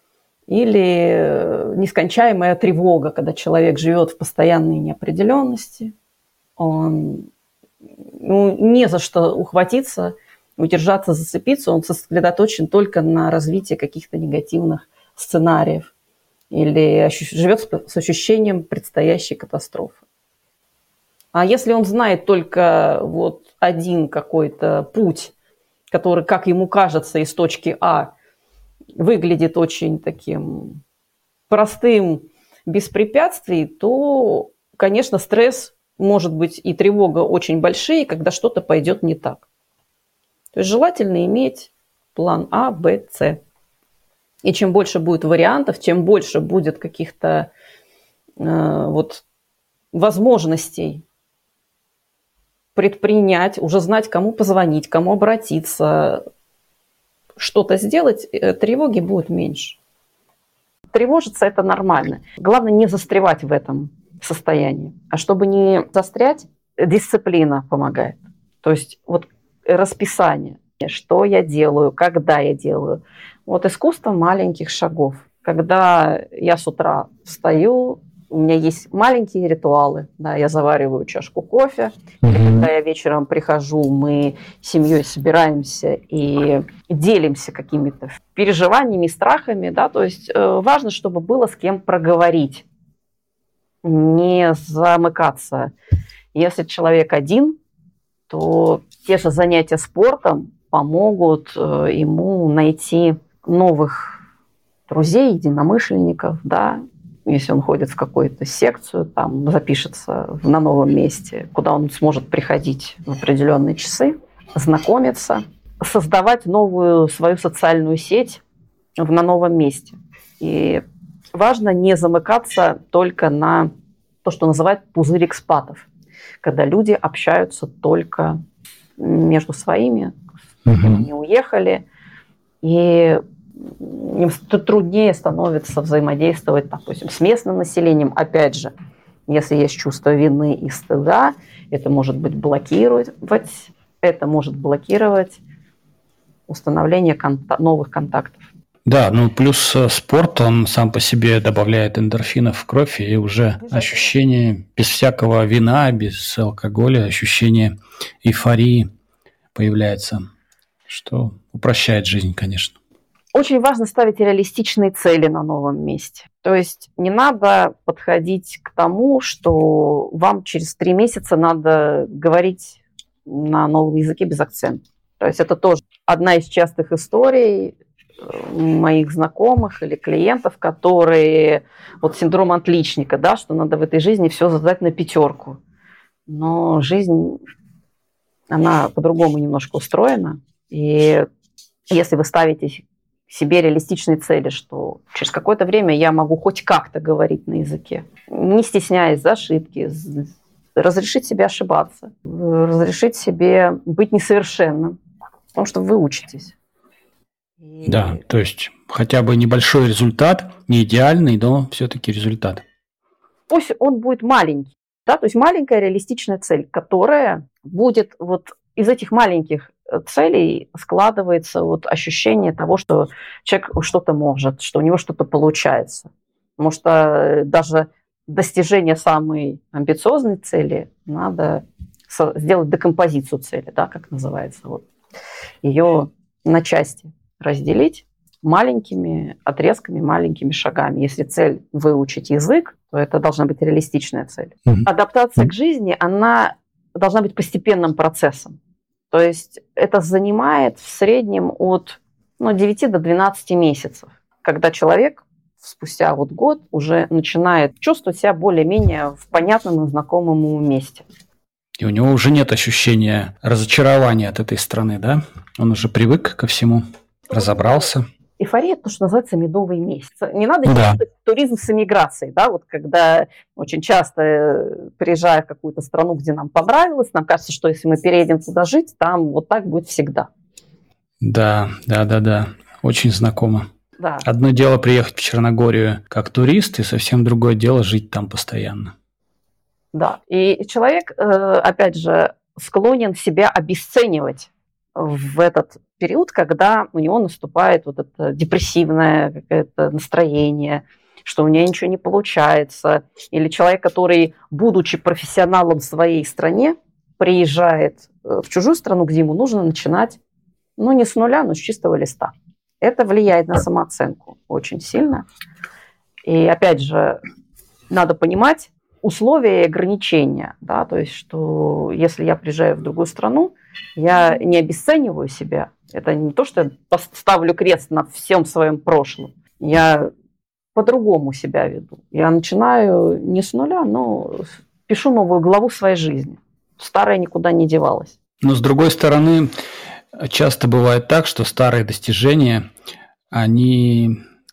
Или нескончаемая тревога, когда человек живет в постоянной неопределенности. Он, ну, не за что ухватиться, удержаться, зацепиться, он сосредоточен только на развитии каких-то негативных сценариев или живет с ощущением предстоящей катастрофы. А если он знает только вот один какой-то путь, который, как ему кажется, из точки А выглядит очень таким простым, без препятствий, то, конечно, стресс, может быть, и тревога очень большие, когда что-то пойдет не так. То есть желательно иметь план А, Б, С. И чем больше будет вариантов, тем больше будет каких-то э, вот возможностей предпринять, уже знать, кому позвонить, кому обратиться, что-то сделать, тревоги будет меньше. Тревожиться – это нормально. Главное не застревать в этом состоянии. А чтобы не застрять, дисциплина помогает. То есть вот расписание, что я делаю, когда я делаю. Вот искусство маленьких шагов. Когда я с утра встаю, у меня есть маленькие ритуалы. Да, я завариваю чашку кофе. Mm-hmm. И когда я вечером прихожу, мы с семьей собираемся и делимся какими-то переживаниями, страхами. Да, то есть э, важно, чтобы было с кем проговорить, не замыкаться. Если человек один, то те же занятия спортом помогут э, ему найти новых друзей, единомышленников, да, если он ходит в какую-то секцию, там запишется на новом месте, куда он сможет приходить в определенные часы, знакомиться, создавать новую свою социальную сеть на новом месте. И важно не замыкаться только на то, что называют пузырь экспатов, когда люди общаются только между своими, mm-hmm. они уехали, и им труднее становится взаимодействовать, допустим, с местным населением. Опять же, если есть чувство вины и стыда, это может быть блокировать, это может блокировать установление конта- новых контактов. Да, ну плюс спорт, он сам по себе добавляет эндорфинов в кровь, и уже ощущение без всякого вина, без алкоголя, ощущение эйфории появляется, что упрощает жизнь, конечно. Очень важно ставить реалистичные цели на новом месте. То есть не надо подходить к тому, что вам через три месяца надо говорить на новом языке без акцента. То есть это тоже одна из частых историй моих знакомых или клиентов, которые вот синдром отличника, да, что надо в этой жизни все задать на пятерку. Но жизнь, она по-другому немножко устроена. И если вы ставите себе реалистичные цели, что через какое-то время я могу хоть как-то говорить на языке, не стесняясь за ошибки, разрешить себе ошибаться, разрешить себе быть несовершенным, потому что вы учитесь. И... Да, то есть хотя бы небольшой результат, не идеальный, но все-таки результат. Пусть он будет маленький, да, то есть маленькая реалистичная цель, которая будет вот из этих маленьких целей складывается вот ощущение того, что человек что-то может, что у него что-то получается. Потому что даже достижение самой амбициозной цели надо сделать декомпозицию цели, да, как называется. Вот. Ее на части разделить маленькими отрезками, маленькими шагами. Если цель выучить язык, то это должна быть реалистичная цель. Mm-hmm. Адаптация mm-hmm. к жизни, она должна быть постепенным процессом. То есть это занимает в среднем от ну, девяти до двенадцати месяцев, когда человек спустя вот год уже начинает чувствовать себя более-менее в понятном и знакомом ему месте. И у него уже нет ощущения разочарования от этой страны, да? Он уже привык ко всему, разобрался. Эйфория – это то, что называется медовый месяц. Не надо делать да. туризм с эмиграцией, да, вот когда очень часто, приезжая в какую-то страну, где нам понравилось, нам кажется, что если мы переедем туда жить, там вот так будет всегда. Да, да, да, да, очень знакомо. Да. Одно дело приехать в Черногорию как турист, и совсем другое дело жить там постоянно. Да, и человек, опять же, склонен себя обесценивать в этот период, когда у него наступает вот это депрессивное какое-то настроение, что у него ничего не получается. Или человек, который, будучи профессионалом в своей стране, приезжает в чужую страну, где ему нужно начинать, ну, не с нуля, но с чистого листа. Это влияет на самооценку очень сильно. И опять же, надо понимать условия и ограничения. Да? То есть, что если я приезжаю в другую страну, я не обесцениваю себя. Это не то, что я поставлю крест на всем своем прошлом. Я по-другому себя веду. Я начинаю не с нуля, но пишу новую главу своей жизни. Старая никуда не девалась. Но с другой стороны, часто бывает так, что старые достижения, они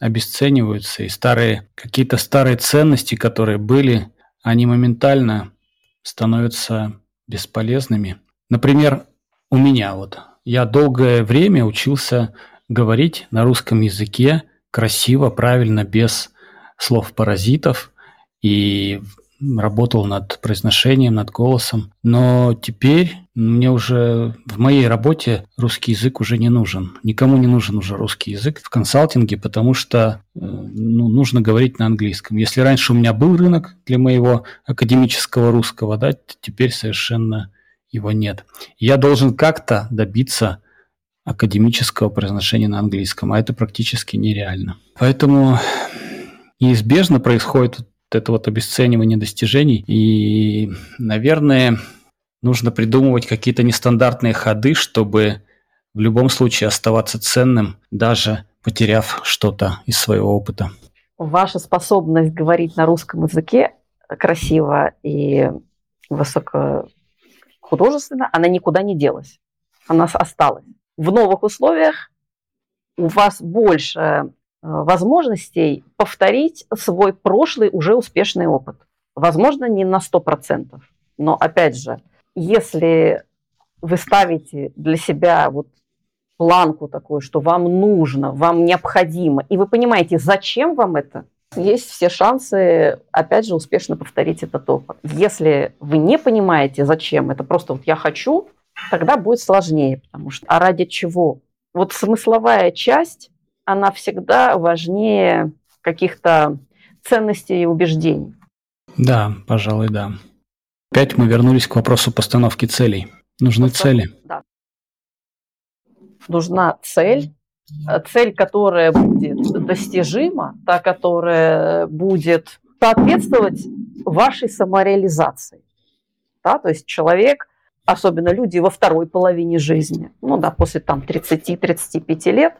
обесцениваются, и старые, какие-то старые ценности, которые были, они моментально становятся бесполезными. Например, у меня вот, я долгое время учился говорить на русском языке красиво, правильно, без слов-паразитов, и работал над произношением, над голосом. Но теперь мне уже в моей работе русский язык уже не нужен. Никому не нужен уже русский язык в консалтинге, потому что ну, нужно говорить на английском. Если раньше у меня был рынок для моего академического русского, да, теперь совершенно его нет. Я должен как-то добиться академического произношения на английском, а это практически нереально. Поэтому неизбежно происходит вот это вот обесценивание достижений, и, наверное, нужно придумывать какие-то нестандартные ходы, чтобы в любом случае оставаться ценным, даже потеряв что-то из своего опыта. Ваша способность говорить на русском языке красиво и высокохудожественно, она никуда не делась. Она осталась. В новых условиях у вас больше возможностей повторить свой прошлый уже успешный опыт. Возможно, не на сто процентов. Но, опять же, если вы ставите для себя вот планку такую, что вам нужно, вам необходимо, и вы понимаете, зачем вам это, есть все шансы, опять же, успешно повторить этот опыт. Если вы не понимаете, зачем, это просто вот я хочу, тогда будет сложнее, потому что а ради чего? Вот смысловая часть, она всегда важнее каких-то ценностей и убеждений. Да, пожалуй, да. Опять мы вернулись к вопросу постановки целей. Нужны Постанов... цели. Да. Нужна цель, цель, которая будет достижима, та, которая будет соответствовать вашей самореализации. Да? То есть человек, особенно люди во второй половине жизни, ну да, после там тридцати-тридцати пяти лет,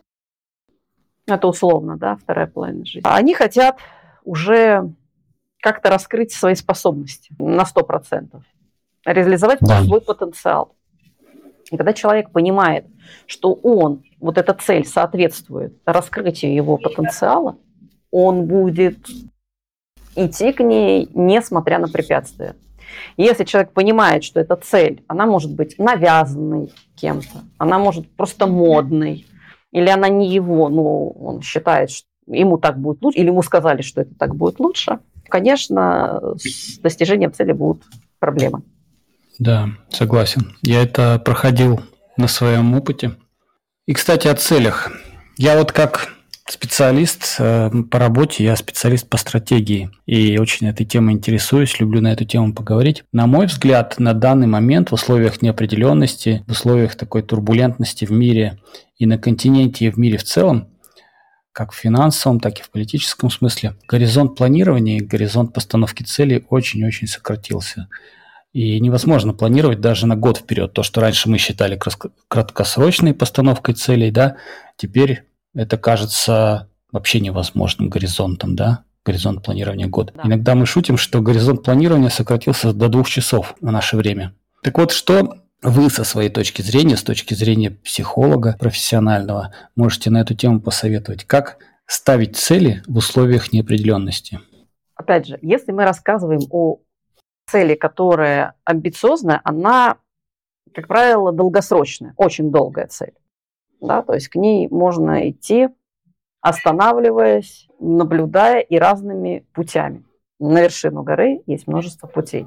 это условно, да, вторая половина жизни, они хотят уже как-то раскрыть свои способности на сто процентов, реализовать да. свой потенциал. И когда человек понимает, что он, вот эта цель соответствует раскрытию его потенциала, он будет идти к ней, несмотря на препятствия. Если человек понимает, что эта цель, она может быть навязанной кем-то, она может просто модной, или она не его, но он считает, что ему так будет лучше, или ему сказали, что это так будет лучше, конечно, с достижением цели будут проблемы. Да, согласен. Я это проходил на своем опыте. И, кстати, о целях. Я вот как специалист э, по работе, я специалист по стратегии. И очень этой темой интересуюсь, люблю на эту тему поговорить. На мой взгляд, на данный момент в условиях неопределенности, в условиях такой турбулентности в мире и на континенте, и в мире в целом, как в финансовом, так и в политическом смысле, горизонт планирования и горизонт постановки целей очень-очень сократился. И невозможно планировать даже на год вперед. То, что раньше мы считали краткосрочной постановкой целей, да, теперь это кажется вообще невозможным горизонтом, да, горизонт планирования года. Да. Иногда мы шутим, что горизонт планирования сократился до двух часов на наше время. Так вот, что вы со своей точки зрения, с точки зрения психолога профессионального, можете на эту тему посоветовать? Как ставить цели в условиях неопределенности? Опять же, если мы рассказываем о цели, которая амбициозная, она, как правило, долгосрочная, очень долгая цель. Да? То есть к ней можно идти, останавливаясь, наблюдая и разными путями. На вершину горы есть множество путей.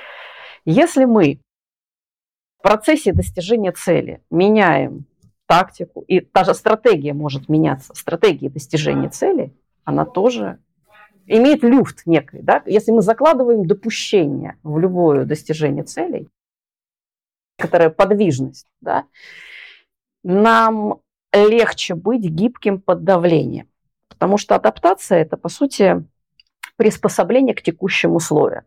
Если мы в процессе достижения цели меняем тактику, и та же стратегия может меняться, стратегия достижения цели, она тоже имеет люфт некий. Да? Если мы закладываем допущение в любое достижение целей, которая подвижность, да, нам легче быть гибким под давлением. Потому что адаптация – это, по сути, приспособление к текущим условиям.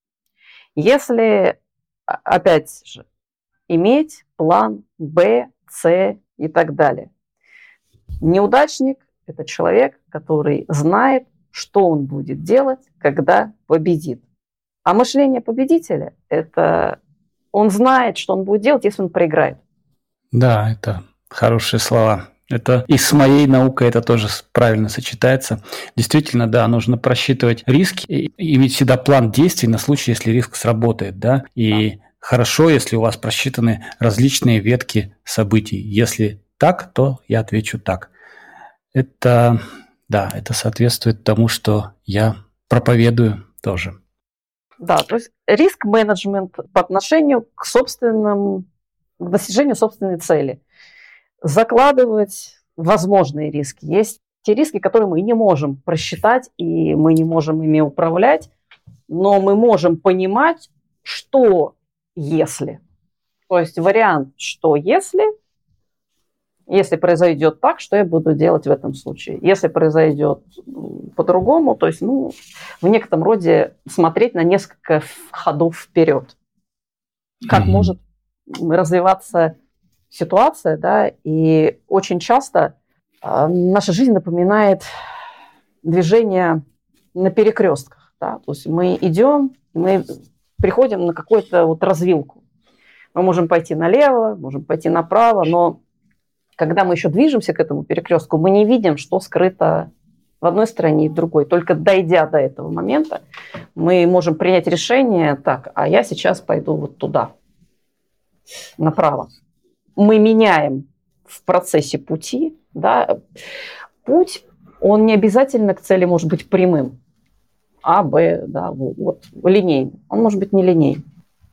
Если, опять же, иметь план Б, С и так далее. Неудачник – это человек, который знает, что он будет делать, когда победит. А мышление победителя – это он знает, что он будет делать, если он проиграет. Да, это хорошие слова. Это и с моей наукой это тоже правильно сочетается. Действительно, да, нужно просчитывать риски и иметь всегда план действий на случай, если риск сработает, да. И да. Хорошо, если у вас просчитаны различные ветки событий. Если так, то я отвечу так. Это, да, это соответствует тому, что я проповедую тоже. Да, то есть риск-менеджмент по отношению к собственным, к достижению собственной цели. Закладывать возможные риски. Есть те риски, которые мы не можем просчитать, и мы не можем ими управлять, но мы можем понимать, что если. То есть вариант, что если, если произойдет так, что я буду делать в этом случае. Если произойдет по-другому, то есть ну, в некотором роде смотреть на несколько ходов вперед. Как mm-hmm. может развиваться ситуация, да, и очень часто э, наша жизнь напоминает движение на перекрестках, да, то есть мы идем, мы приходим на какую-то вот развилку. Мы можем пойти налево, можем пойти направо, но когда мы еще движемся к этому перекрестку, мы не видим, что скрыто в одной стороне и в другой. Только дойдя до этого момента, мы можем принять решение, так, а я сейчас пойду вот туда, направо. Мы меняем в процессе пути, да, путь, он не обязательно к цели может быть прямым, А, Б, да, вот, линейным, он может быть нелинейным.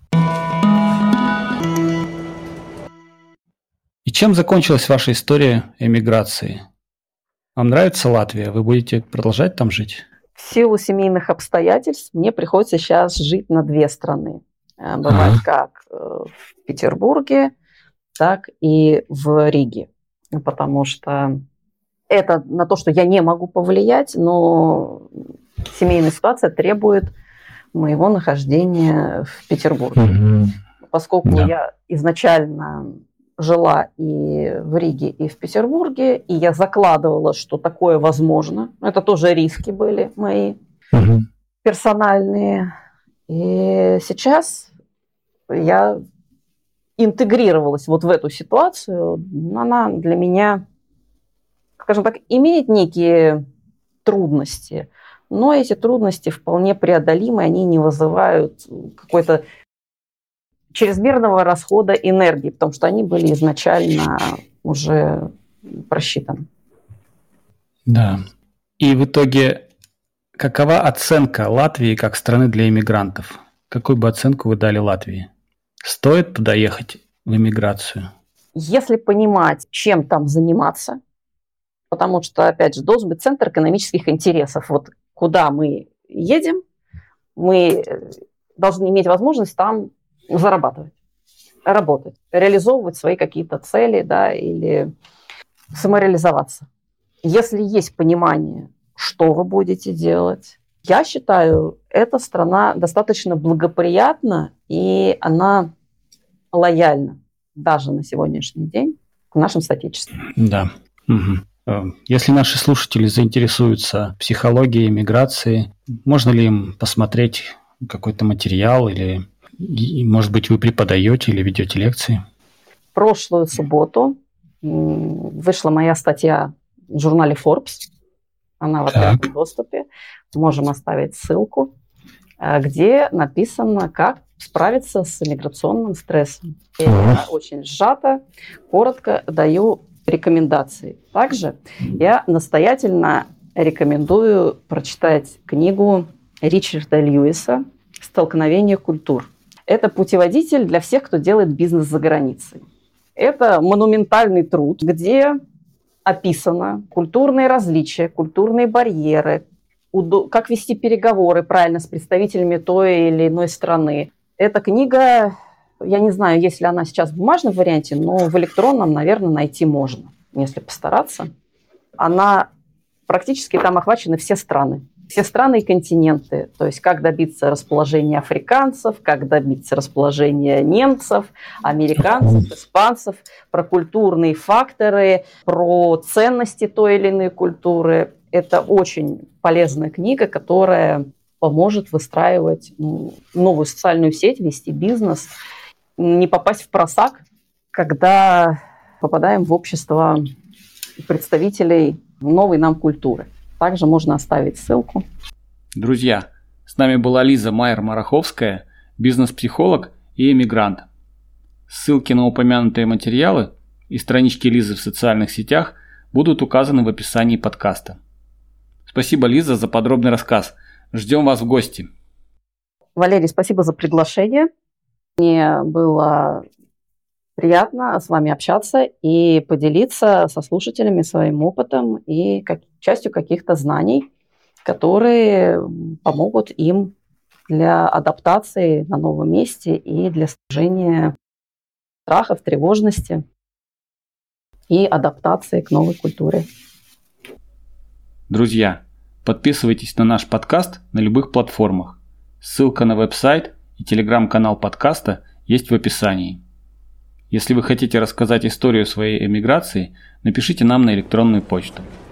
И чем закончилась ваша история эмиграции? Вам нравится Латвия? Вы будете продолжать там жить? В силу семейных обстоятельств мне приходится сейчас жить на две страны. Бывает ага. как в Петербурге, так и в Риге. Потому что это на то, что я не могу повлиять, но семейная ситуация требует моего нахождения в Петербурге. Угу. Поскольку да. я изначально жила и в Риге, и в Петербурге, и я закладывала, что такое возможно. Это тоже риски были мои угу. персональные. И сейчас я интегрировалась вот в эту ситуацию. Она для меня, скажем так, имеет некие трудности, но эти трудности вполне преодолимы, они не вызывают какой-то чрезмерного расхода энергии, потому что они были изначально уже просчитаны. Да. И в итоге, какова оценка Латвии как страны для иммигрантов? Какую бы оценку вы дали Латвии? Стоит туда ехать в эмиграцию? Если понимать, чем там заниматься, потому что, опять же, должен быть центр экономических интересов. Вот куда мы едем, мы должны иметь возможность там зарабатывать, работать, реализовывать свои какие-то цели, да, или самореализоваться. Если есть понимание, что вы будете делать, я считаю, эта страна достаточно благоприятна, и она лояльна даже на сегодняшний день к нашим соотечественникам. Да. Угу. Если наши слушатели заинтересуются психологией миграции, можно ли им посмотреть какой-то материал или, может быть, вы преподаете или ведете лекции? В прошлую субботу вышла моя статья в журнале Forbes. Она в открытом доступе. Можем оставить ссылку, где написано, как справиться с миграционным стрессом. Я очень сжато, коротко даю рекомендации. Также я настоятельно рекомендую прочитать книгу Ричарда Льюиса «Столкновение культур». Это путеводитель для всех, кто делает бизнес за границей. Это монументальный труд, где описано культурные различия, культурные барьеры, как вести переговоры правильно с представителями той или иной страны. Эта книга, я не знаю, есть ли она сейчас в бумажном варианте, но в электронном, наверное, найти можно, если постараться. Она практически там охвачены все страны. Все страны и континенты. То есть как добиться расположения африканцев, как добиться расположения немцев, американцев, испанцев, про культурные факторы, про ценности той или иной культуры. Это очень полезная книга, которая поможет выстраивать ну, новую социальную сеть, вести бизнес, не попасть в просак, когда попадаем в общество представителей новой нам культуры. Также можно оставить ссылку. Друзья, с нами была Лиза Майер-Мараховская, бизнес-психолог и эмигрант. Ссылки на упомянутые материалы и странички Лизы в социальных сетях будут указаны в описании подкаста. Спасибо, Лиза, за подробный рассказ. Ждем вас в гости. Валерий, спасибо за приглашение. Мне было приятно с вами общаться и поделиться со слушателями своим опытом и как, частью каких-то знаний, которые помогут им для адаптации на новом месте и для снижения страхов, тревожности и адаптации к новой культуре. Друзья, подписывайтесь на наш подкаст на любых платформах. Ссылка на веб-сайт и телеграм-канал подкаста есть в описании. Если вы хотите рассказать историю своей эмиграции, напишите нам на электронную почту.